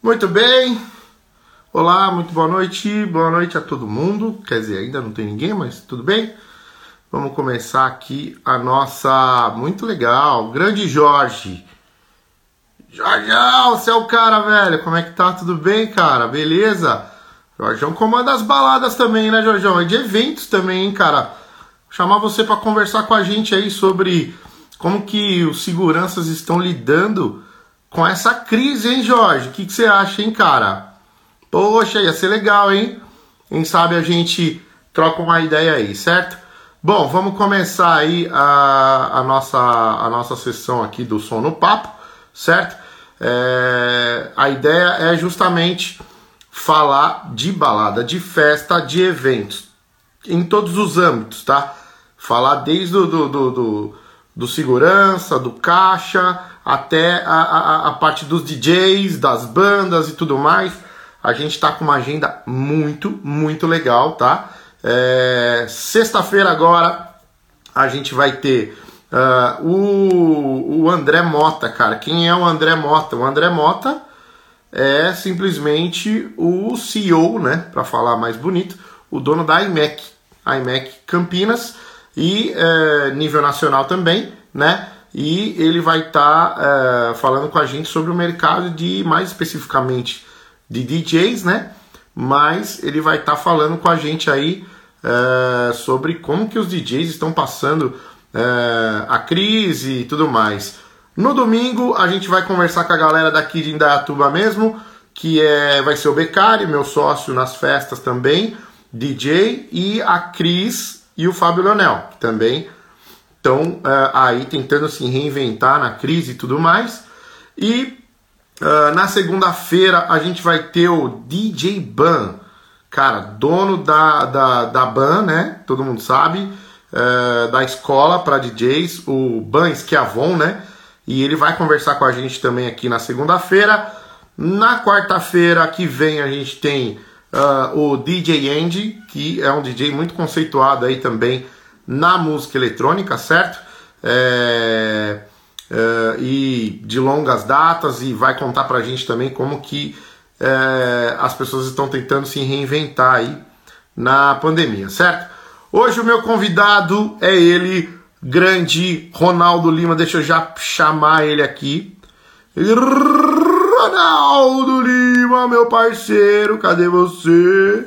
Muito bem, olá, muito boa noite a todo mundo, quer dizer, ainda não tem ninguém, mas tudo bem. Vamos começar aqui a nossa, muito legal, grande Jorge. Jorgeão, você é o cara, velho, como é que tá? Tudo bem, cara? Beleza? Jorgeão comanda as baladas também, né, Jorgeão? É de eventos também, hein, cara? Vou chamar você para conversar com a gente aí sobre como que os seguranças estão lidando com essa crise, hein, Jorge? O que você acha, hein, cara? Poxa, ia ser legal, hein? Quem sabe a gente troca uma ideia aí, certo? Bom, vamos começar aí a nossa sessão aqui do Som no Papo, certo? A ideia é justamente falar de balada, de festa, de eventos, em todos os âmbitos, tá? Falar desde do segurança, do caixa, até a parte dos DJs, das bandas e tudo mais. A gente tá com uma agenda muito legal, tá? Sexta-feira agora a gente vai ter o André Mota, cara. Quem é o André Mota? O André Mota é simplesmente o CEO, né? Para falar mais bonito, o dono da IMEC Campinas e nível nacional também, né? E ele vai estar falando com a gente sobre o mercado mais especificamente de DJs, né? Mas ele vai estar falando com a gente aí sobre como que os DJs estão passando a crise e tudo mais. No domingo a gente vai conversar com a galera daqui de Indaiatuba mesmo, que vai ser o Beccari, meu sócio nas festas também, DJ, e a Cris e o Fábio Leonel também. Então, aí tentando se reinventar na crise e tudo mais. E na segunda-feira a gente vai ter o DJ Ban, cara, dono da Ban, né? Todo mundo sabe, da escola para DJs, o Ban Schiavon, né? E ele vai conversar com a gente também aqui na segunda-feira. Na quarta-feira que vem a gente tem o DJ Andy, que é um DJ muito conceituado aí também na música eletrônica, certo? E de longas datas, e vai contar pra gente também como que as pessoas estão tentando se reinventar aí na pandemia, certo? Hoje o meu convidado é ele, grande Ronaldo Lima. Deixa eu já chamar ele aqui. Ronaldo Lima, meu parceiro, cadê você?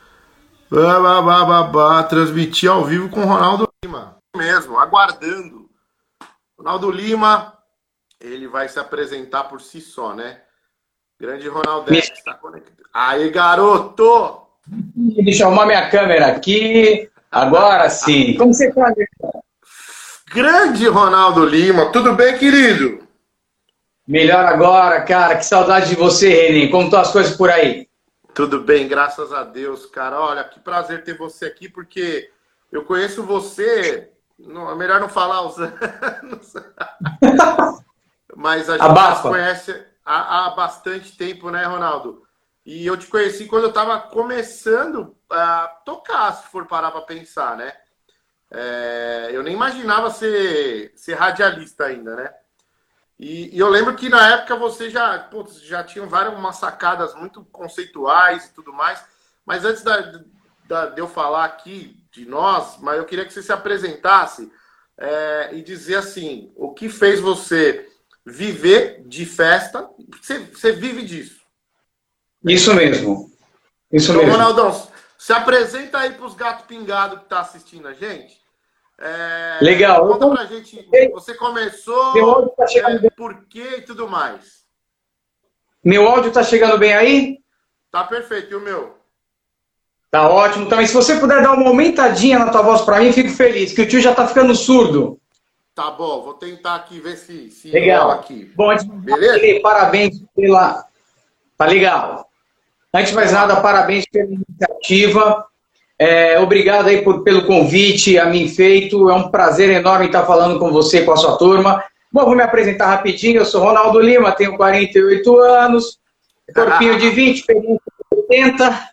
Transmitir ao vivo com Ronaldo Lima. Mesmo, aguardando. Ronaldo Lima, ele vai se apresentar por si só, né? Grande Ronaldo, está conectado. Aí, garoto! Deixa eu arrumar minha câmera aqui. Agora sim. Como você tá? Grande Ronaldo Lima, tudo bem, querido? Melhor agora, cara. Que saudade de você, Renê. Como estão as coisas por aí? Tudo bem, graças a Deus, cara. Olha, que prazer ter você aqui, porque eu conheço você... Não, é melhor não falar os anos. Mas a gente se conhece há bastante tempo, né, Ronaldo? E eu te conheci quando eu estava começando a tocar, se for parar para pensar, né? Eu nem imaginava ser radialista ainda, né? E eu lembro que na época você já tinha umas sacadas muito conceituais e tudo mais. Mas antes de eu falar aqui de nós, mas eu queria que você se apresentasse e dizer assim, o que fez você viver de festa? Você vive disso? Isso mesmo. Isso então, mesmo. Ronaldão, se apresenta aí para os gatos pingados que tá assistindo a gente. Legal. Conta pra gente, você começou, por quê e tudo mais. Meu áudio tá chegando bem aí? Tá perfeito, e o meu? Tá ótimo também. Se você puder dar uma aumentadinha na tua voz pra mim, fico feliz, que o tio já tá ficando surdo. Tá bom, vou tentar aqui ver se legal. Aqui. Bom, antes de mais nada, parabéns pela... Tá legal. Antes de mais nada, parabéns pela iniciativa. Obrigado aí pelo convite a mim feito. É um prazer enorme estar falando com você e com a sua turma. Bom, vou me apresentar rapidinho. Eu sou Ronaldo Lima, tenho 48 anos, corpinho de 20, experiência de 80.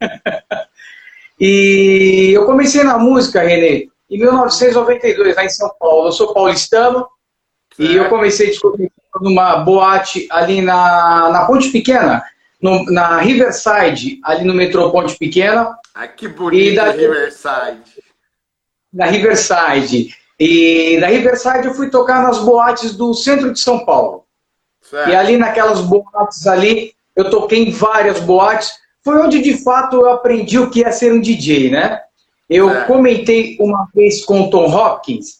E eu comecei na música, Renê, em 1992, lá em São Paulo. Eu sou paulistano e eu comecei a descobrir numa boate ali na Ponte Pequena, na Riverside, ali no metrô Ponte Pequena. Ai, que bonito a Riverside. Na Riverside. E da Riverside eu fui tocar nas boates do centro de São Paulo. Certo. E ali naquelas boates ali, eu toquei em várias boates. Foi onde, de fato, eu aprendi o que é ser um DJ, né? Eu comentei uma vez com o Tom Hopkins.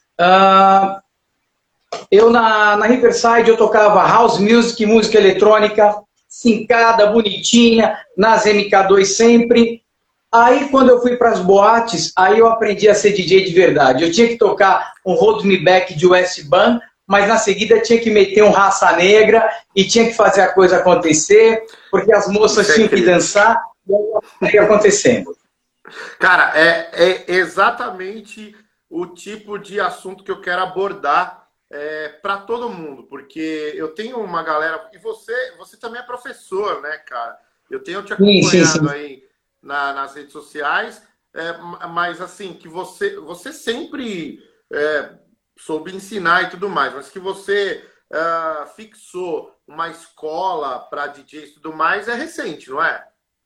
Eu, na Riverside, eu tocava house music, música eletrônica, sincada, bonitinha, nas MK2 sempre. Aí, quando eu fui para as boates, aí eu aprendi a ser DJ de verdade. Eu tinha que tocar um Hold Me Back de West Band, mas na seguida tinha que meter um Raça Negra e tinha que fazer a coisa acontecer, porque as moças tinham que dançar e aí ia acontecendo. Cara, é exatamente o tipo de assunto que eu quero abordar para todo mundo, porque eu tenho uma galera, e você também é professor, né, cara? Eu tenho te acompanhado aí nas redes sociais, mas assim, que você sempre soube ensinar e tudo mais, mas que você fixou uma escola para DJs e tudo mais é recente, não é?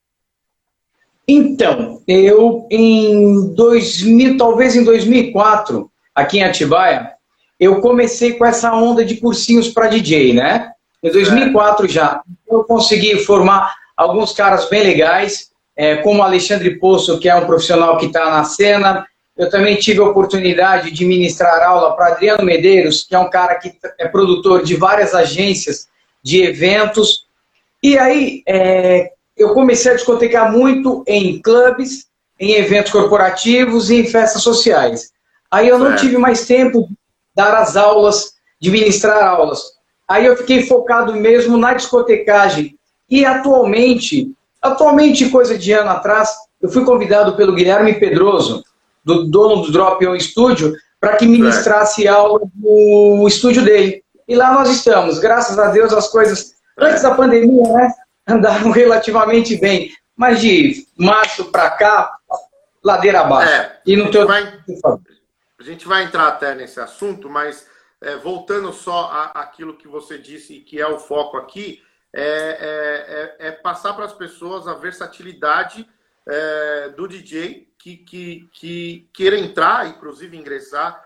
Então, eu talvez em 2004, aqui em Atibaia, eu comecei com essa onda de cursinhos para DJ, né? Em 2004 já. Eu consegui formar alguns caras bem legais, como o Alexandre Poço, que é um profissional que está na cena. Eu também tive a oportunidade de ministrar aula para Adriano Medeiros, que é um cara que é produtor de várias agências de eventos. E aí, eu comecei a discotecar muito em clubes, em eventos corporativos e em festas sociais. Aí eu não tive mais tempo de dar as aulas, de ministrar aulas. Aí eu fiquei focado mesmo na discotecagem. E atualmente, coisa de ano atrás, eu fui convidado pelo Guilherme Pedroso, do dono do Drop On Studio, para que ministrasse aula no estúdio dele. E lá nós estamos. Graças a Deus as coisas, antes da pandemia, né, andaram relativamente bem. Mas de março para cá, ladeira abaixo. E no teu... A gente vai entrar até nesse assunto, mas voltando só àquilo que você disse, que é o foco aqui, passar para as pessoas a versatilidade do DJ que queira entrar, inclusive ingressar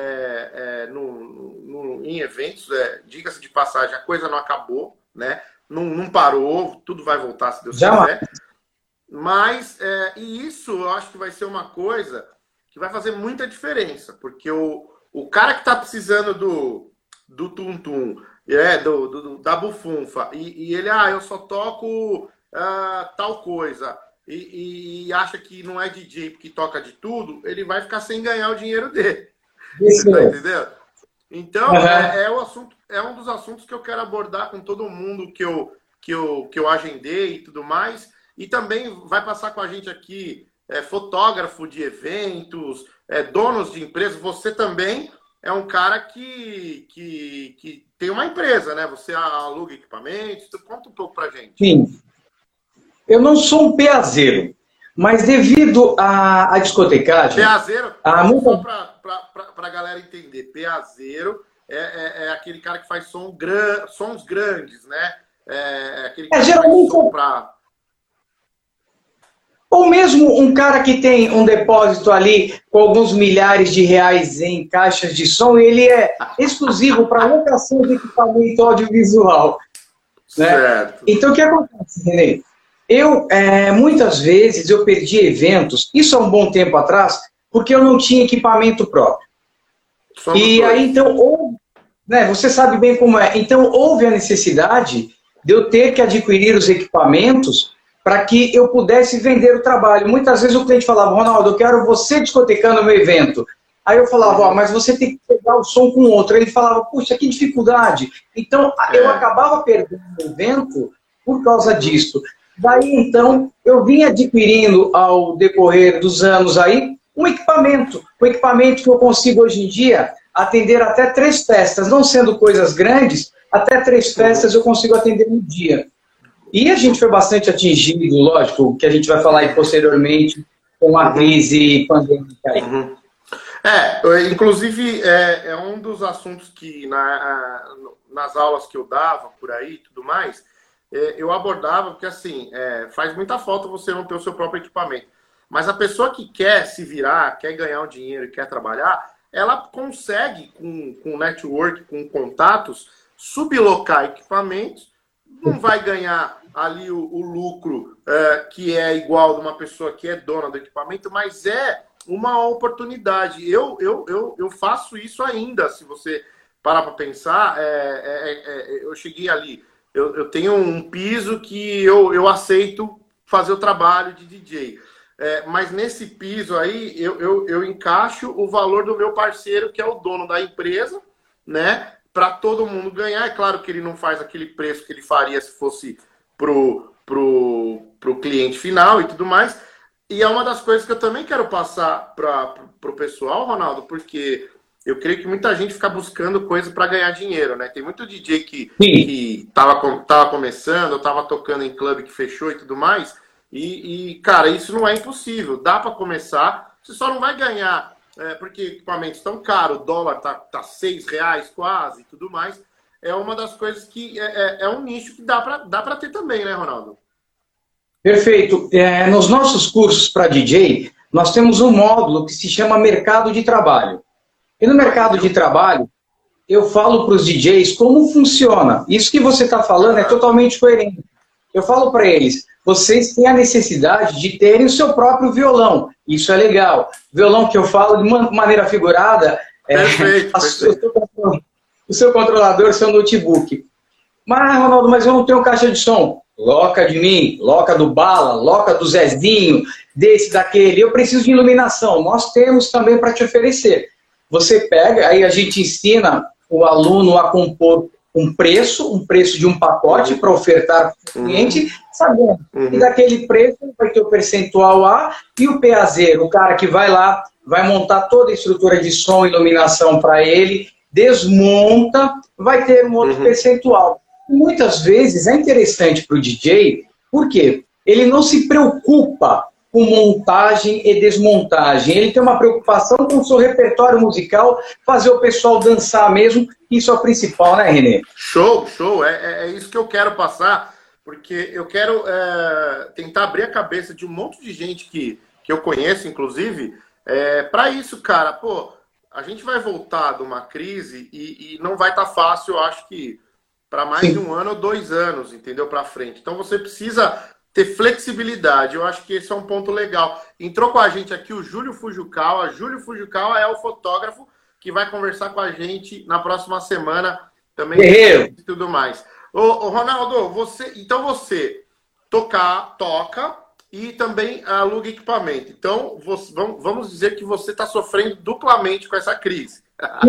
em eventos. Diga-se de passagem, a coisa não acabou, né? Não parou, tudo vai voltar se Deus quiser. Mas, e isso eu acho que vai ser uma coisa que vai fazer muita diferença, porque o cara que está precisando do tum-tum, da bufunfa, e ele, eu só toco tal coisa, e acha que não é DJ porque toca de tudo, ele vai ficar sem ganhar o dinheiro dele. Você tá entendendo? Então, é um dos assuntos que eu quero abordar com todo mundo que eu agendei e tudo mais. E também vai passar com a gente aqui fotógrafo de eventos, donos de empresas. Você também é um cara que tem uma empresa, né? Você aluga equipamentos. Conta um pouco pra gente. Sim. Eu não sou um peazeiro, mas devido à discotecagem... Peazeiro, só para a galera entender, peazeiro é aquele cara que faz sons grandes, né? Aquele cara geralmente... que faz som pra... Ou mesmo um cara que tem um depósito ali com alguns milhares de reais em caixas de som, ele é exclusivo para locação de equipamento audiovisual. Né? Certo. Então, o que acontece, Renê? Muitas vezes, eu perdi eventos, isso há um bom tempo atrás, porque eu não tinha equipamento próprio. Aí, então, você sabe bem como é. Então, houve a necessidade de eu ter que adquirir os equipamentos para que eu pudesse vender o trabalho. Muitas vezes o cliente falava, Ronaldo, eu quero você discotecando o meu evento. Aí eu falava, mas você tem que pegar o som com outro. Ele falava, puxa, que dificuldade. Então, eu acabava perdendo o evento por causa disso. Daí, então, eu vim adquirindo, ao decorrer dos anos aí, um equipamento que eu consigo hoje em dia atender até 3 festas, não sendo coisas grandes, até 3 festas eu consigo atender no dia. E a gente foi bastante atingido, lógico, que a gente vai falar aí posteriormente, com a crise pandêmica aí. Uhum. Inclusive, é um dos assuntos que nas aulas que eu dava por aí e tudo mais, eu abordava, porque assim, faz muita falta você não ter o seu próprio equipamento. Mas a pessoa que quer se virar, quer ganhar um dinheiro e quer trabalhar, ela consegue, com network, com contatos, sublocar equipamentos, não vai ganhar ali o lucro que é igual de uma pessoa que é dona do equipamento, mas é uma oportunidade. Eu faço isso ainda, se você parar para pensar, eu cheguei ali, eu tenho um piso que eu aceito fazer o trabalho de DJ. Mas nesse piso aí, eu encaixo o valor do meu parceiro, que é o dono da empresa, né? Para todo mundo ganhar. É claro que ele não faz aquele preço que ele faria se fosse pro cliente final e tudo mais. E é uma das coisas que eu também quero passar para o pessoal, Ronaldo, porque eu creio que muita gente fica buscando coisa para ganhar dinheiro, né? Tem muito DJ que tava começando, estava tocando em clube que fechou e tudo mais. Cara, isso não é impossível. Dá para começar. Você só não vai ganhar, porque equipamentos estão caros, o dólar tá R$ 6 quase e tudo mais. É uma das coisas que é um nicho que dá para ter também, né, Ronaldo? Perfeito. Nos nossos cursos para DJ, nós temos um módulo que se chama Mercado de Trabalho. E no mercado de trabalho, eu falo para os DJs como funciona. Isso que você está falando é totalmente coerente. Eu falo para eles, vocês têm a necessidade de terem o seu próprio violão. Isso é legal. Violão que eu falo de maneira figurada, Perfeito. O seu controlador, o seu notebook. Mas, Ronaldo, mas eu não tenho caixa de som. Loca de mim, loca do Bala, loca do Zezinho, desse, daquele. Eu preciso de iluminação. Nós temos também para te oferecer. Você pega, aí a gente ensina o aluno a compor um preço de um pacote para ofertar para o cliente, sabendo que daquele preço vai ter o percentual A e o PAzero, o cara que vai lá, vai montar toda a estrutura de som e iluminação para ele, desmonta, vai ter um outro percentual. Muitas vezes é interessante para o DJ, por quê? Ele não se preocupa com montagem e desmontagem. Ele tem uma preocupação com o seu repertório musical, fazer o pessoal dançar mesmo. Isso é o principal, né, Renê? Show, show. É isso que eu quero passar, porque eu quero tentar abrir a cabeça de um monte de gente que eu conheço, inclusive, para isso, cara. Pô, a gente vai voltar de uma crise e não vai estar fácil, eu acho que, para mais de 1 ano ou 2 anos, entendeu? Para frente. Então você precisa ter flexibilidade. Eu acho que esse é um ponto legal. Entrou com a gente aqui o Júlio Fujikawa. Júlio Fujikawa é o fotógrafo que vai conversar com a gente na próxima semana também e tudo mais. Ô, Ronaldo, você toca e também aluga equipamento. Então, vamos dizer que você está sofrendo duplamente com essa crise.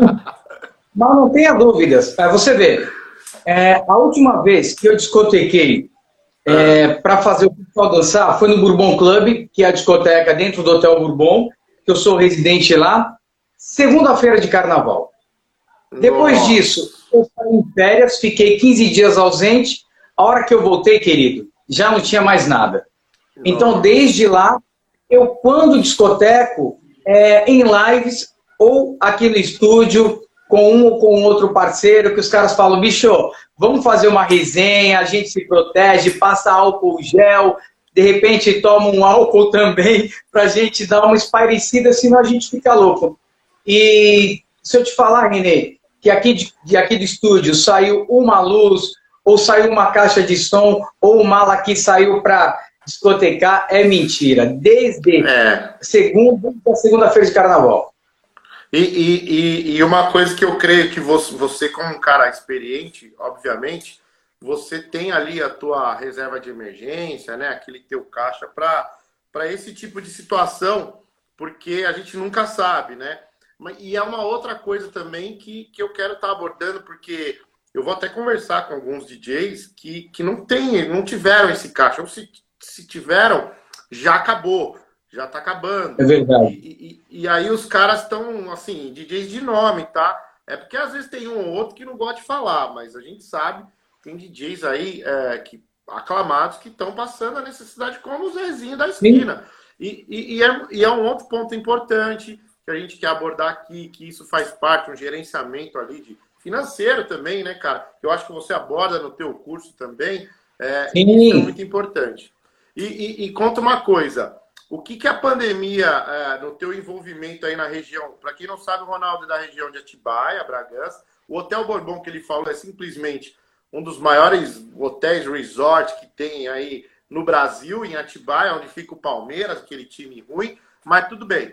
Mas não tenha dúvidas. Você vê, a última vez que eu discotequei para fazer o pessoal dançar foi no Bourbon Club, que é a discoteca dentro do Hotel Bourbon, que eu sou residente lá, segunda-feira de carnaval. Depois disso, eu saí em férias, fiquei 15 dias ausente. A hora que eu voltei, querido, já não tinha mais nada. Então, desde lá, eu quando discoteco, em lives ou aqui no estúdio, com um ou com outro parceiro, que os caras falam, bicho, vamos fazer uma resenha, a gente se protege, passa álcool gel, de repente toma um álcool também, pra gente dar uma espairecida, senão a gente fica louco. E se eu te falar, Renê, que aqui do estúdio saiu uma luz, ou saiu uma caixa de som, ou uma mala que saiu para discotecar, é mentira. Desde segunda-feira de carnaval. E uma coisa que eu creio que você, como um cara experiente, obviamente, você tem ali a tua reserva de emergência, né? Aquele teu caixa para esse tipo de situação, porque a gente nunca sabe, né? E é uma outra coisa também que eu quero estar abordando, porque eu vou até conversar com alguns DJs que não tiveram esse caixa, ou se tiveram, já acabou. Já tá acabando. É verdade. E aí os caras estão, assim, DJs de nome, tá? É porque às vezes tem um ou outro que não gosta de falar, mas a gente sabe, tem DJs aí aclamados que estão passando a necessidade como o Zezinho da esquina. E é um outro ponto importante que a gente quer abordar aqui, que isso faz parte, um gerenciamento ali financeiro também, né, cara? Que eu acho que você aborda no teu curso também. Isso é Sim. muito importante. E conta uma coisa, o que a pandemia, no teu envolvimento aí na região, para quem não sabe, o Ronaldo é da região de Atibaia, Bragança, o Hotel Bourbon que ele falou é simplesmente um dos maiores hotéis resort que tem aí no Brasil, em Atibaia, onde fica o Palmeiras, aquele time ruim, mas tudo bem.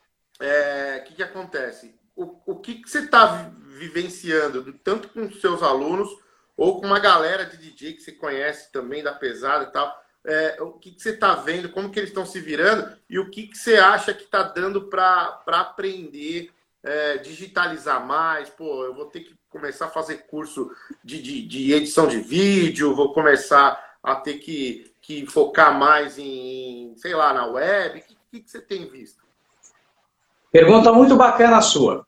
O que acontece? O que você está vivenciando, tanto com os seus alunos, ou com uma galera de DJ que você conhece também, da pesada e tal, o que você está vendo, como que eles estão se virando, e o que você acha que está dando para aprender, digitalizar mais? Pô, eu vou ter que começar a fazer curso de edição de vídeo, vou começar a ter que focar mais em, sei lá, na web. O que você tem visto? Pergunta muito bacana a sua.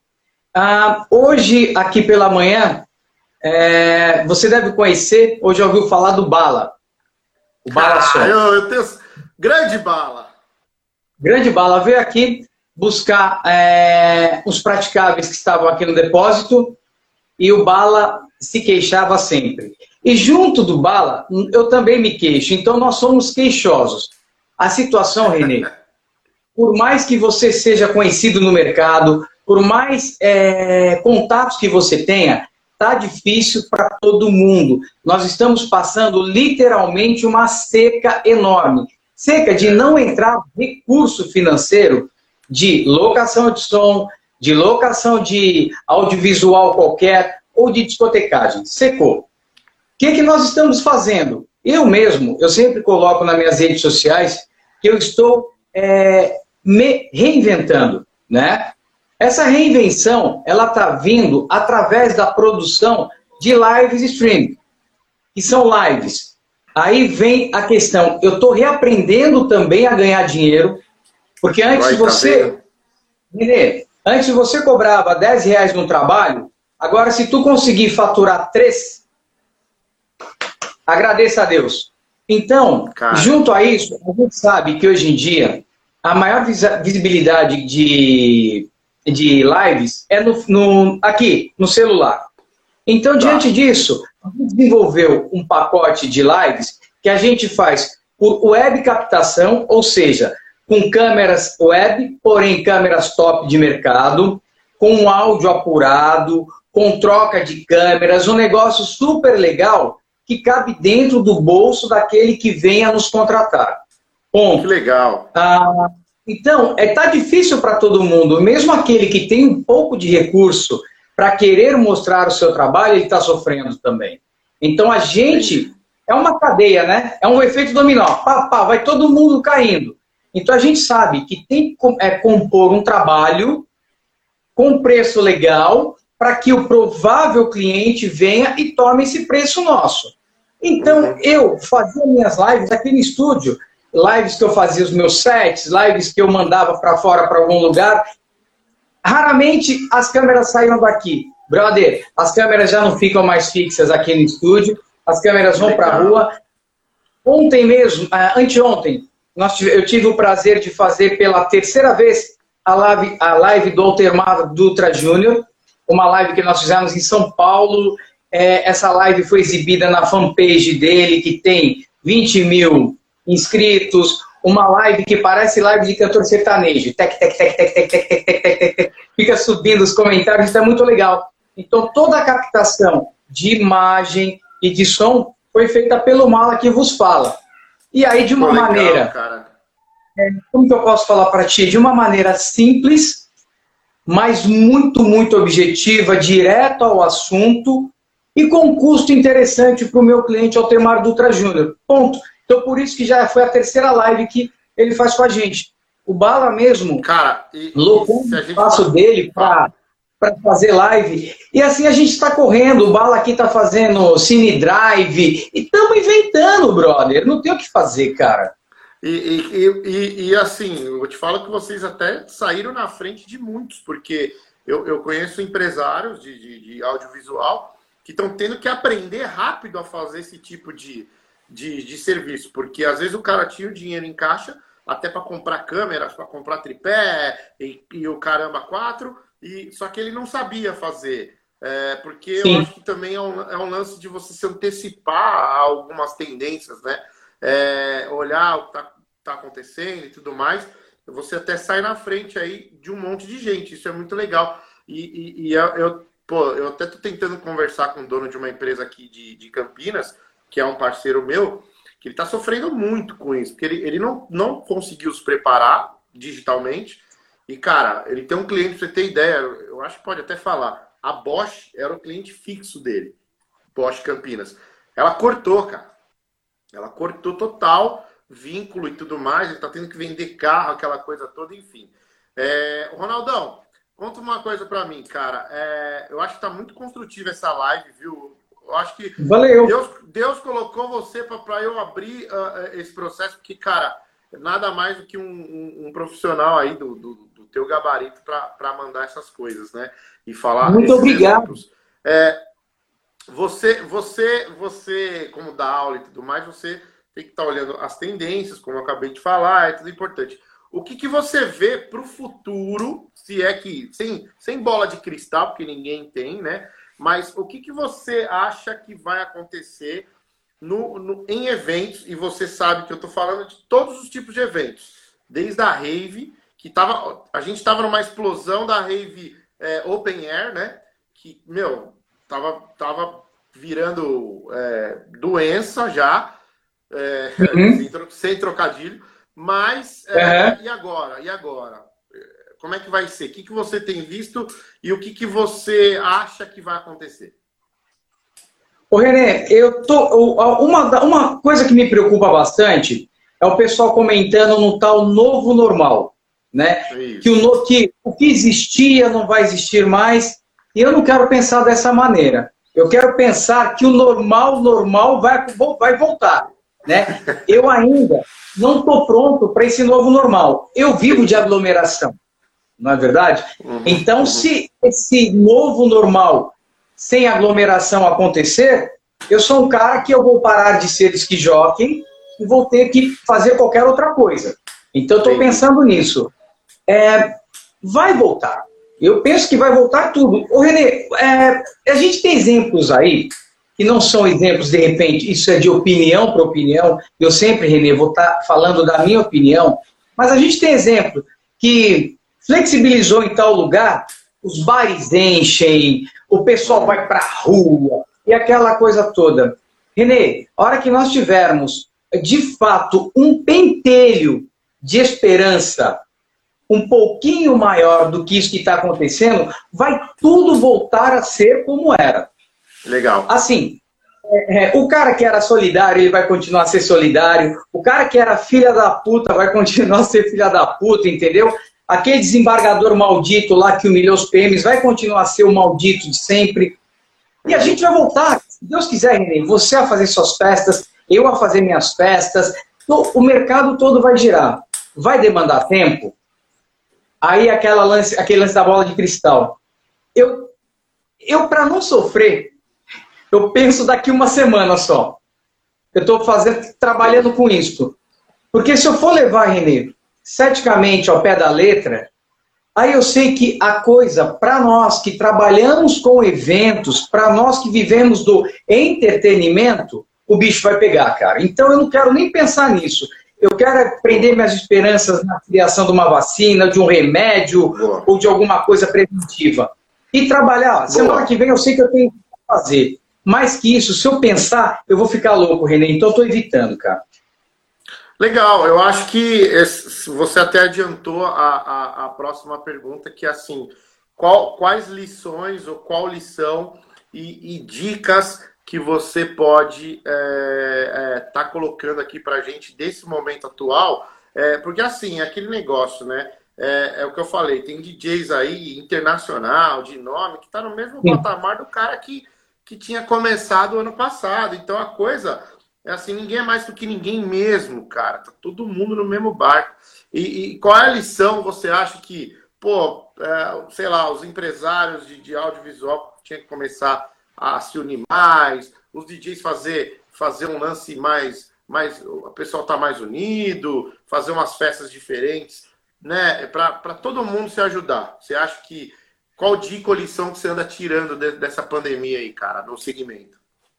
Hoje, aqui pela manhã, você deve conhecer, ou já ouviu falar do Bala. O Bala Sol. Eu tenho... Grande Bala. Grande Bala veio aqui buscar os praticáveis que estavam aqui no depósito e o Bala se queixava sempre. E junto do Bala, eu também me queixo. Então, nós somos queixosos. A situação, Renê, por mais que você seja conhecido no mercado, por mais contatos que você tenha, tá difícil para todo mundo. Nós estamos passando literalmente uma seca enorme. Seca de não entrar recurso financeiro de locação de som, de locação de audiovisual qualquer ou de discotecagem. Secou. O que nós estamos fazendo? Eu mesmo, eu sempre coloco nas minhas redes sociais que eu estou me reinventando, né? Essa reinvenção, ela está vindo através da produção de lives streaming, que são lives. Aí vem a questão, eu estou reaprendendo também a ganhar dinheiro, porque antes antes você cobrava R$10 no trabalho, agora se tu conseguir faturar 3, agradeça a Deus. Então, junto a isso, a gente sabe que hoje em dia a maior visibilidade de lives é aqui, no celular. Então, diante disso, a gente desenvolveu um pacote de lives que a gente faz por web captação, ou seja, com câmeras web, porém câmeras top de mercado, com áudio apurado, com troca de câmeras, um negócio super legal que cabe dentro do bolso daquele que venha nos contratar. Ponto. Que legal. Então, tá difícil para todo mundo, mesmo aquele que tem um pouco de recurso para querer mostrar o seu trabalho, ele está sofrendo também. Então, a gente é uma cadeia, né? É um efeito dominó. Vai todo mundo caindo. Então, a gente sabe que tem que compor um trabalho com preço legal para que o provável cliente venha e tome esse preço nosso. Então, eu fazia minhas lives aqui no estúdio, lives que eu fazia os meus sets, lives que eu mandava para fora, para algum lugar. Raramente as câmeras saíam daqui. Brother, as câmeras já não ficam mais fixas aqui no estúdio, as câmeras vão para a rua. Ontem mesmo, anteontem, eu tive o prazer de fazer pela terceira vez a live do Altemar Dutra Júnior, uma live que nós fizemos em São Paulo. Essa live foi exibida na fanpage dele, que tem 20 mil inscritos, uma live que parece live de cantor sertanejo, fica subindo os comentários, isso é muito legal. Então toda a captação de imagem e de som foi feita pelo Mala que vos fala. E aí de uma maneira, como que eu posso falar para ti? De uma maneira simples, mas muito, muito objetiva, direto ao assunto e com um custo interessante para o meu cliente Altemar Dutra Júnior. Ponto. Então, por isso que já foi a terceira live que ele faz com a gente. O Bala mesmo loucou o espaço dele para fazer live. E assim a gente está correndo. O Bala aqui está fazendo Cine Drive. E estamos inventando, brother. Não tem o que fazer, cara. E assim, eu te falo que vocês até saíram na frente de muitos, porque eu conheço empresários de audiovisual que estão tendo que aprender rápido a fazer esse tipo de serviço, porque às vezes o cara tinha o dinheiro em caixa até para comprar câmeras, para comprar tripé e o caramba 4, só que ele não sabia fazer Porque Sim. eu acho que também é um lance de você se antecipar a algumas tendências, né? Olhar o que tá acontecendo e tudo mais, você até sai na frente aí de um monte de gente. Isso é muito legal. Eu até tô tentando conversar com o dono de uma empresa aqui de Campinas, que é um parceiro meu, que ele está sofrendo muito com isso, porque ele não conseguiu se preparar digitalmente. E, cara, ele tem um cliente, pra você ter ideia, eu acho que pode até falar. A Bosch era o cliente fixo dele, Bosch Campinas. Ela cortou, cara. Ela cortou total vínculo e tudo mais. Ele tá tendo que vender carro, aquela coisa toda, enfim. Ronaldão, conta uma coisa para mim, cara. Eu acho que tá muito construtiva essa live, viu? Eu acho que Valeu. Deus colocou você para eu abrir esse processo, porque, cara, nada mais do que um profissional aí do teu gabarito para mandar essas coisas, né? E falar Muito esses obrigado. exemplos. Você, como dá aula e tudo mais, você tem que estar olhando as tendências, como eu acabei de falar, é tudo importante. O que você vê para o futuro, se é que, sem bola de cristal, porque ninguém tem, né? Mas o que você acha que vai acontecer em eventos? E você sabe que eu estou falando de todos os tipos de eventos, desde a rave, a gente estava numa explosão da rave open air, né? Que, meu, tava virando doença já, sem trocadilho. Mas, Uhum. e agora? E agora? Como é que vai ser? O que você tem visto e o que você acha que vai acontecer? Ô, René, uma coisa que me preocupa bastante é o pessoal comentando no tal novo normal, né? Que o que existia não vai existir mais. E eu não quero pensar dessa maneira. Eu quero pensar que o normal vai voltar, né? Eu ainda não estou pronto para esse novo normal. Eu vivo de aglomeração, não é verdade? Então, se esse novo normal sem aglomeração acontecer, eu sou um cara que eu vou parar de ser ski jockey e vou ter que fazer qualquer outra coisa. Então, eu estou pensando nisso. Vai voltar. Eu penso que vai voltar tudo. Ô, Renê, a gente tem exemplos aí, que não são exemplos, de repente, isso é de opinião para opinião. Eu sempre, Renê, vou estar falando da minha opinião, mas a gente tem exemplo que flexibilizou em tal lugar, os bares enchem, o pessoal vai para a rua, e aquela coisa toda. Renê, a hora que nós tivermos, de fato, um pentelho de esperança um pouquinho maior do que isso que está acontecendo, vai tudo voltar a ser como era. Legal. Assim, o cara que era solidário, ele vai continuar a ser solidário. O cara que era filha da puta vai continuar a ser filha da puta, entendeu? Aquele desembargador maldito lá que humilhou os PMs vai continuar a ser o maldito de sempre. E a gente vai voltar, se Deus quiser, René, você a fazer suas festas, eu a fazer minhas festas, o mercado todo vai girar. Vai demandar tempo? Aí aquele lance da bola de cristal. Eu para não sofrer, eu penso daqui uma semana só. Eu estou trabalhando com isso. Porque se eu for levar, Renê, ceticamente ao pé da letra, aí eu sei que a coisa, para nós que trabalhamos com eventos, para nós que vivemos do entretenimento, o bicho vai pegar, cara. Então eu não quero nem pensar nisso. Eu quero prender minhas esperanças na criação de uma vacina, de um remédio, ou de alguma coisa preventiva. E trabalhar. Semana que vem eu sei que eu tenho que fazer. Mais que isso, se eu pensar, eu vou ficar louco, René. Então eu estou evitando, cara. Legal. Eu acho que você até adiantou a próxima pergunta, que é assim, quais lições ou qual lição e dicas que você pode tá colocando aqui para a gente desse momento atual, porque assim, é aquele negócio, né? É o que eu falei, tem DJs aí internacional, de nome, que tá no mesmo patamar do cara que tinha começado ano passado. Então a coisa é assim, ninguém é mais do que ninguém mesmo, cara. Tá todo mundo no mesmo barco. E qual é a lição você acha que, sei lá, os empresários de audiovisual tinham que começar a se unir mais, os DJs fazer um lance mais o pessoal tá mais unido, fazer umas festas diferentes, né? Para todo mundo se ajudar. Você acha que qual dica ou lição que você anda tirando dessa pandemia aí, cara, no segmento?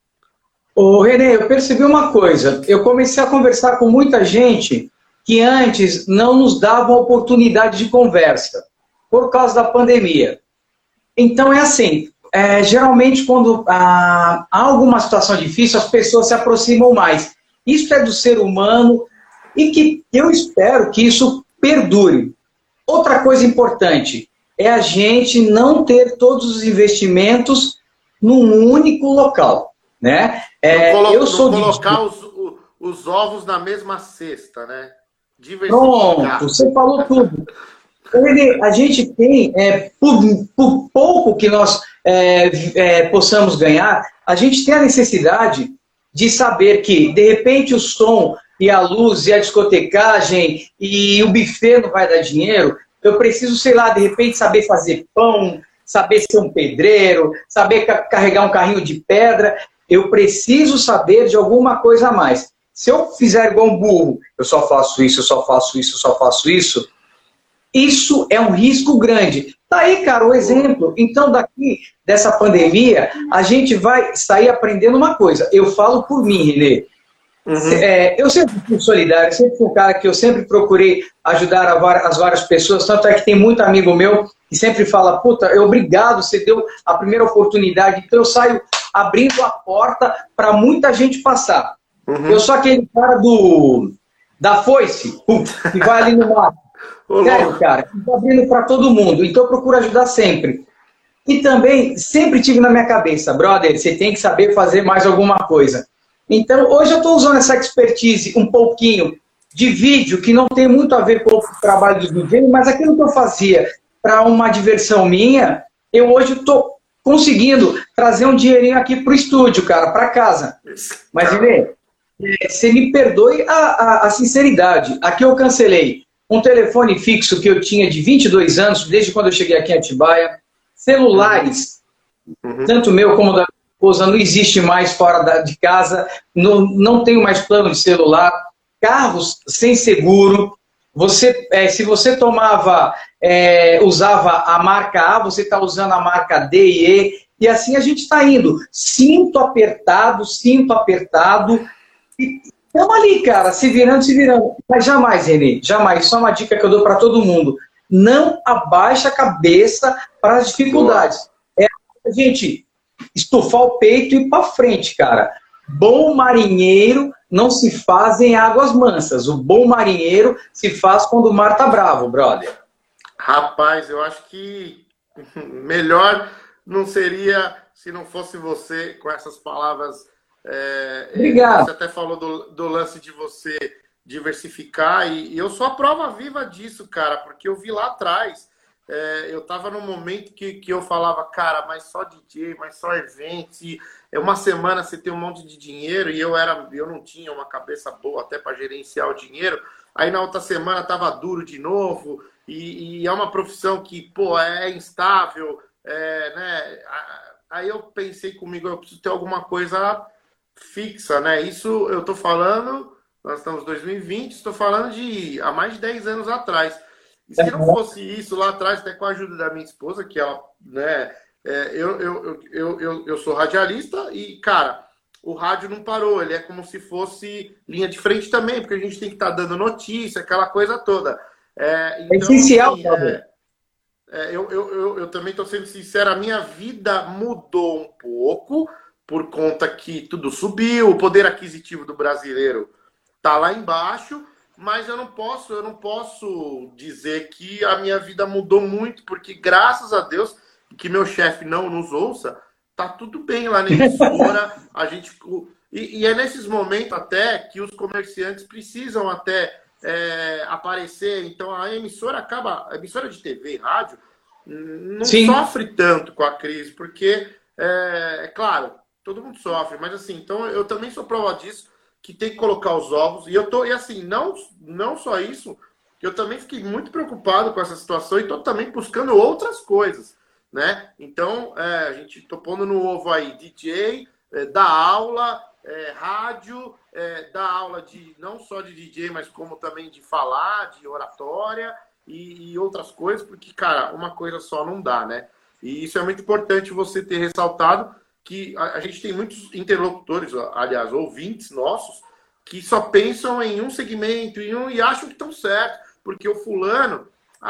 Ô, Renê, eu percebi uma coisa. Eu comecei a conversar com muita gente que antes não nos davam oportunidade de conversa, por causa da pandemia. Então, é assim, geralmente quando há alguma situação difícil, as pessoas se aproximam mais. Isso é do ser humano e que eu espero que isso perdure. Outra coisa importante é a gente não ter todos os investimentos num único local, né? Eu sou colocar os ovos na mesma cesta, né? Pronto, você falou tudo. A gente tem, por pouco que nós possamos ganhar, a gente tem a necessidade de saber que, de repente, o som e a luz e a discotecagem e o buffet não vai dar dinheiro. Eu preciso, sei lá, de repente, saber fazer pão, saber ser um pedreiro, saber carregar um carrinho de pedra. Eu preciso saber de alguma coisa a mais. Se eu fizer igual um burro, eu só faço isso, eu só faço isso, eu só faço isso, isso é um risco grande. Tá aí, cara, o exemplo. Então, daqui dessa pandemia, a gente vai sair aprendendo uma coisa. Eu falo por mim, Renê. Uhum. Eu sempre fui solidário, sempre fui um cara que eu sempre procurei ajudar as várias pessoas, tanto é que tem muito amigo meu que sempre fala, puta, obrigado, você deu a primeira oportunidade, então eu saio abrindo a porta para muita gente passar. Uhum. Eu sou aquele cara da foice, que vai ali no mato. Sério, cara, estou abrindo para todo mundo, então eu procuro ajudar sempre. E também, sempre tive na minha cabeça, brother, você tem que saber fazer mais alguma coisa. Então, hoje eu estou usando essa expertise um pouquinho de vídeo, que não tem muito a ver com o trabalho do DJ, mas aquilo que eu fazia para uma diversão minha, eu hoje estou conseguindo trazer um dinheirinho aqui para o estúdio, cara, para casa. Mas, Ilê, você me perdoe a sinceridade. Aqui eu cancelei um telefone fixo que eu tinha de 22 anos, desde quando eu cheguei aqui em Atibaia, celulares, tanto meu como da esposa, não existe mais fora de casa, não tenho mais plano de celular, carros sem seguro, se você usava a marca A, você está usando a marca D e E assim a gente está indo, cinto apertado, e estamos ali, cara, se virando. Mas jamais, Renê, jamais, só uma dica que eu dou para todo mundo, não abaixa a cabeça para as dificuldades. A gente estufar o peito e ir para frente, cara. Bom marinheiro não se faz em águas mansas. O bom marinheiro se faz quando o mar tá bravo, brother. Rapaz, eu acho que melhor não seria se não fosse você com essas palavras. Obrigado. Você até falou do lance de você diversificar e eu sou a prova viva disso, cara, porque eu vi lá atrás. Eu estava num momento que eu falava, cara, mas só DJ, mas só eventos, e uma semana você tem um monte de dinheiro, e eu não tinha uma cabeça boa até para gerenciar o dinheiro, aí na outra semana estava duro de novo, e é uma profissão que, pô, é instável, né? Aí eu pensei comigo, eu preciso ter alguma coisa fixa, né? Isso eu tô falando, nós estamos em 2020, estou falando de há mais de 10 anos atrás. E se não fosse isso lá atrás, até com a ajuda da minha esposa, que ela, né, eu sou radialista e, cara, o rádio não parou, ele é como se fosse linha de frente também, porque a gente tem que estar dando notícia, aquela coisa toda. Então, essencial, assim, eu também estou sendo sincero, a minha vida mudou um pouco, por conta que tudo subiu, o poder aquisitivo do brasileiro tá lá embaixo, mas eu não posso dizer que a minha vida mudou muito, porque graças a Deus, que meu chefe não nos ouça, tá tudo bem lá na emissora, a gente... E é nesses momentos até que os comerciantes precisam até aparecer, então a emissora de TV, rádio, não Sim. sofre tanto com a crise, porque, claro, todo mundo sofre, mas assim, então eu também sou prova disso, que tem que colocar os ovos, e assim, não só isso, eu também fiquei muito preocupado com essa situação e estou também buscando outras coisas, né? Então, a gente tô pondo no ovo aí DJ, dar aula, rádio, dar aula não só de DJ, mas como também de falar, de oratória e outras coisas, porque, cara, uma coisa só não dá, né? E isso é muito importante você ter ressaltado, que a gente tem muitos interlocutores, aliás, ouvintes nossos, que só pensam em um segmento e acham que estão certo, porque o fulano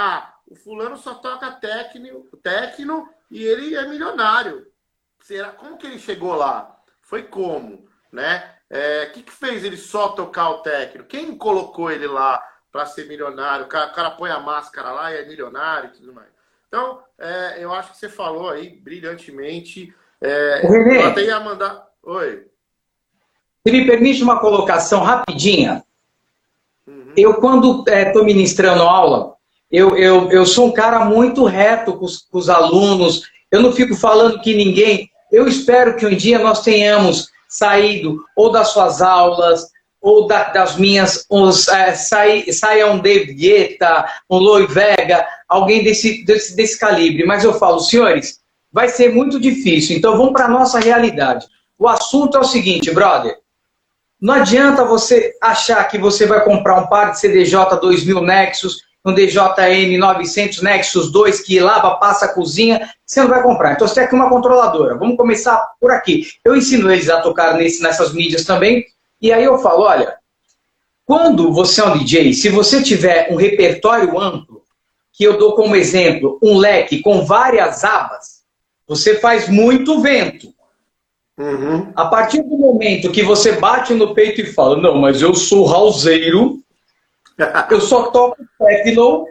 só toca techno e ele é milionário. Como que ele chegou lá? Foi como, né? Que fez ele só tocar o techno? Quem colocou ele lá para ser milionário? O cara põe a máscara lá e é milionário e tudo mais. Então, eu acho que você falou aí brilhantemente. Eu até ia mandar... Oi. Se me permite uma colocação rapidinha. Uhum. Eu, quando estou ministrando aula, eu sou um cara muito reto com os alunos. Eu não fico falando que ninguém... Eu espero que um dia nós tenhamos saído ou das suas aulas, ou das minhas... saia um David Guetta, um Louie Vega, alguém desse calibre. Mas eu falo, senhores, vai ser muito difícil. Então vamos para a nossa realidade. O assunto é o seguinte, brother. Não adianta você achar que você vai comprar um par de CDJ 2000 Nexus, um DJN 900 Nexus 2 que lava, passa, cozinha, você não vai comprar. Então você tem aqui uma controladora. Vamos começar por aqui. Eu ensino eles a tocar nessas mídias também. E aí eu falo, olha, quando você é um DJ, se você tiver um repertório amplo, que eu dou como exemplo, um leque com várias abas, você faz muito vento. Uhum. A partir do momento que você bate no peito e fala, não, mas eu sou houseiro, eu só toco techno,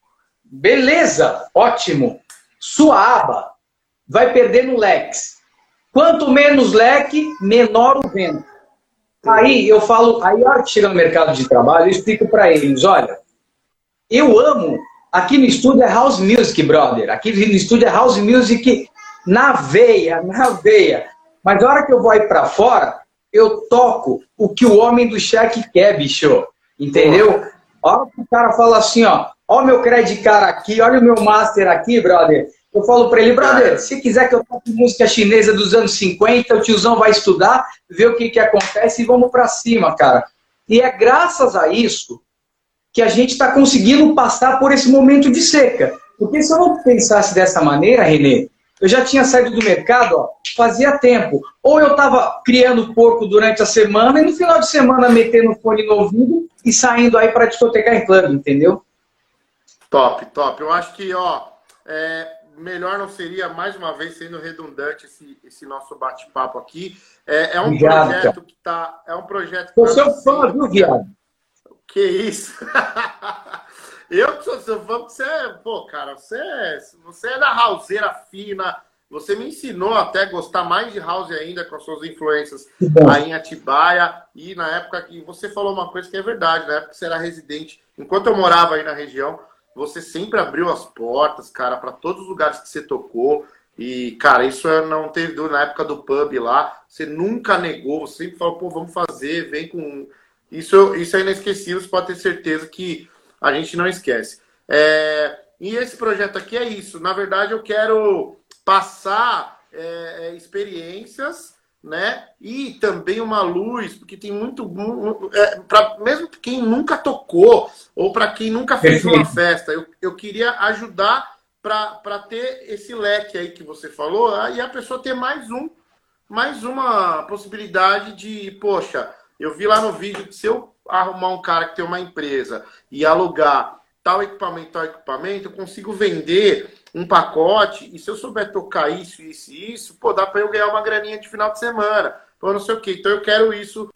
beleza, ótimo. Sua aba vai perder no leques. Quanto menos leque, menor o vento. Aí eu falo, aí a hora que chega no mercado de trabalho, eu explico para eles, olha, eu amo, aqui no estúdio é house music, brother. Aqui no estúdio é house music na veia, na veia. Mas na hora que eu vou ir para fora, eu toco o que o homem do cheque quer, bicho. Entendeu? A hora que o cara fala assim, ó o meu credit card aqui, olha o meu master aqui, brother. Eu falo para ele, brother, se quiser que eu toque música chinesa dos anos 50, o tiozão vai estudar, ver o que acontece e vamos para cima, cara. E é graças a isso que a gente está conseguindo passar por esse momento de seca. Porque se eu não pensasse dessa maneira, Renê, eu já tinha saído do mercado, ó, fazia tempo. Ou eu estava criando porco durante a semana e no final de semana metendo o fone no ouvido e saindo aí para discotecar em clube, entendeu? Top, top. Eu acho que, melhor não seria, mais uma vez, sendo redundante esse nosso bate-papo aqui. É um Obrigado, projeto cara. que tá... É um projeto Sou que seu fã, viu, viado? Que isso? Eu que sou seu fã, porque você é da houseira fina, você me ensinou até a gostar mais de house ainda com as suas influências aí em Atibaia, e na época que você falou uma coisa que é verdade, na época que você era residente, enquanto eu morava aí na região, você sempre abriu as portas, cara, para todos os lugares que você tocou, e, cara, isso não teve dúvida, na época do pub lá, você nunca negou, você sempre falou, pô, vamos fazer, vem com... Isso é inesquecível, você pode ter certeza que a gente não esquece. E esse projeto aqui é isso. Na verdade, eu quero passar experiências, né? E também uma luz, porque tem mesmo quem nunca tocou ou para quem nunca fez uma festa, eu queria ajudar para ter esse leque aí que você falou, e a pessoa ter mais uma possibilidade de, poxa, eu vi lá no vídeo que se eu arrumar um cara que tem uma empresa e alugar tal equipamento, eu consigo vender um pacote, e se eu souber tocar isso, pô, dá para eu ganhar uma graninha de final de semana, pô, não sei o quê. Então eu quero isso,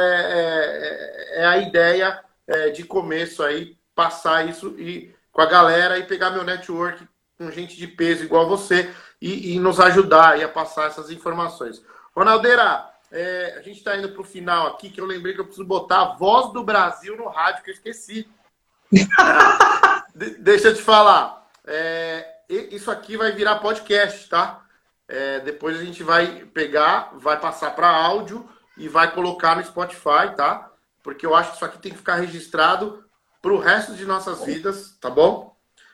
a ideia de começo aí, passar isso com a galera e pegar meu network com gente de peso igual você e nos ajudar aí a passar essas informações. Ronaldeira, a gente está indo para o final aqui, que eu lembrei que eu preciso botar a Voz do Brasil no rádio, que eu esqueci. Deixa eu te falar. Isso aqui vai virar podcast, tá? Depois a gente vai pegar, vai passar para áudio e vai colocar no Spotify, tá? Porque eu acho que isso aqui tem que ficar registrado para o resto de nossas vidas, tá bom?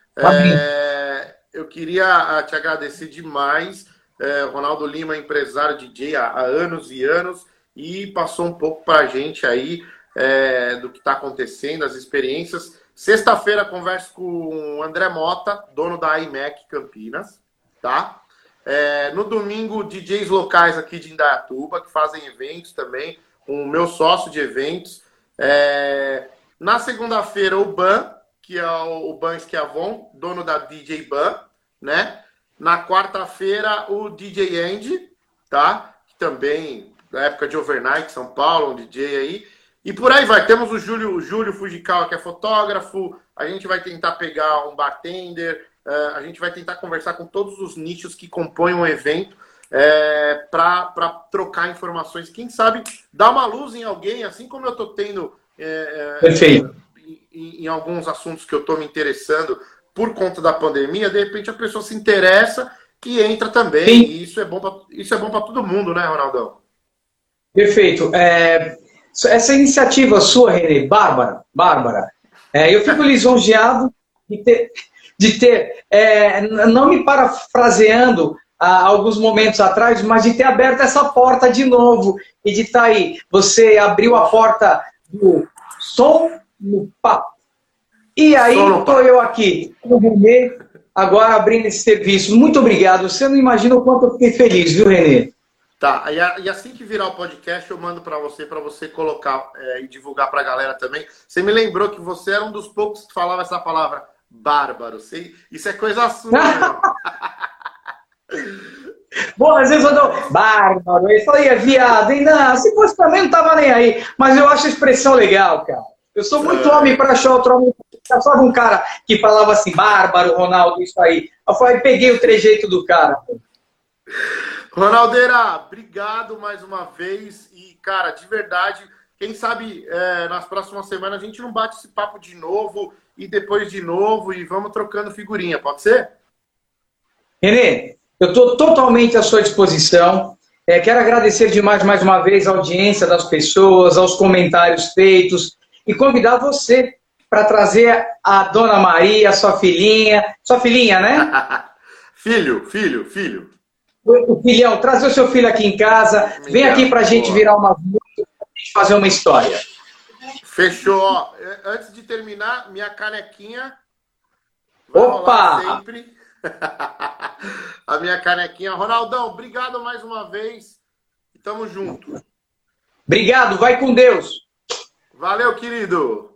Eu queria te agradecer demais. Ronaldo Lima, empresário DJ há anos e anos, e passou um pouco para a gente aí do que está acontecendo, as experiências. Sexta-feira converso com o André Mota, dono da iMac Campinas. tá? No domingo, DJs locais aqui de Indaiatuba, que fazem eventos também, com o meu sócio de eventos. Na segunda-feira, o Ban, que é o Ban Schiavon, dono da DJ Ban, né? Na quarta-feira, o DJ Andy, tá? Que também, na época de Overnight, São Paulo, um DJ aí. E por aí vai. Temos o Júlio Fujikawa, que é fotógrafo. A gente vai tentar pegar um bartender. A gente vai tentar conversar com todos os nichos que compõem o evento para trocar informações. Quem sabe dar uma luz em alguém, assim como eu estou tendo Perfeito. Em alguns assuntos que eu estou me interessando por conta da pandemia. De repente a pessoa se interessa e entra também. Sim. E isso é bom para todo mundo, né, Ronaldão? Perfeito. Essa iniciativa sua, Renê, Bárbara, eu fico lisonjeado de ter não me parafraseando alguns momentos atrás, mas de ter aberto essa porta de novo e de estar aí. Você abriu a porta do som no papo. E aí estou eu aqui com o Renê, agora abrindo esse serviço. Muito obrigado. Você não imagina o quanto eu fiquei feliz, viu, Renê? Tá, e assim que virar o podcast, eu mando para você colocar e divulgar para a galera também. Você me lembrou que você era um dos poucos que falava essa palavra bárbaro. Isso é coisa sua, né? Bom, às vezes eu dou bárbaro, isso aí é viado, hein? Não, se fosse pra mim, não tava nem aí. Mas eu acho a expressão legal, cara. Eu sou muito homem para achar outro homem. Só um cara que falava assim, bárbaro, Ronaldo, isso aí. Eu falei, peguei o trejeito do cara. Ronaldeira, obrigado mais uma vez. E, cara, de verdade, quem sabe nas próximas semanas a gente não bate esse papo de novo e depois de novo e vamos trocando figurinha, pode ser? Renê, eu estou totalmente à sua disposição. Quero agradecer demais mais uma vez a audiência das pessoas, aos comentários feitos e convidar você para trazer a Dona Maria, sua filhinha, né? Filho. O filhão, trazer o seu filho aqui em casa, vem aqui para a gente virar uma música, para a gente fazer uma história. Fechou. Antes de terminar, minha canequinha. Opa! Sempre. A minha canequinha. Ronaldão, obrigado mais uma vez. E tamo junto. Obrigado, vai com Deus. Valeu, querido.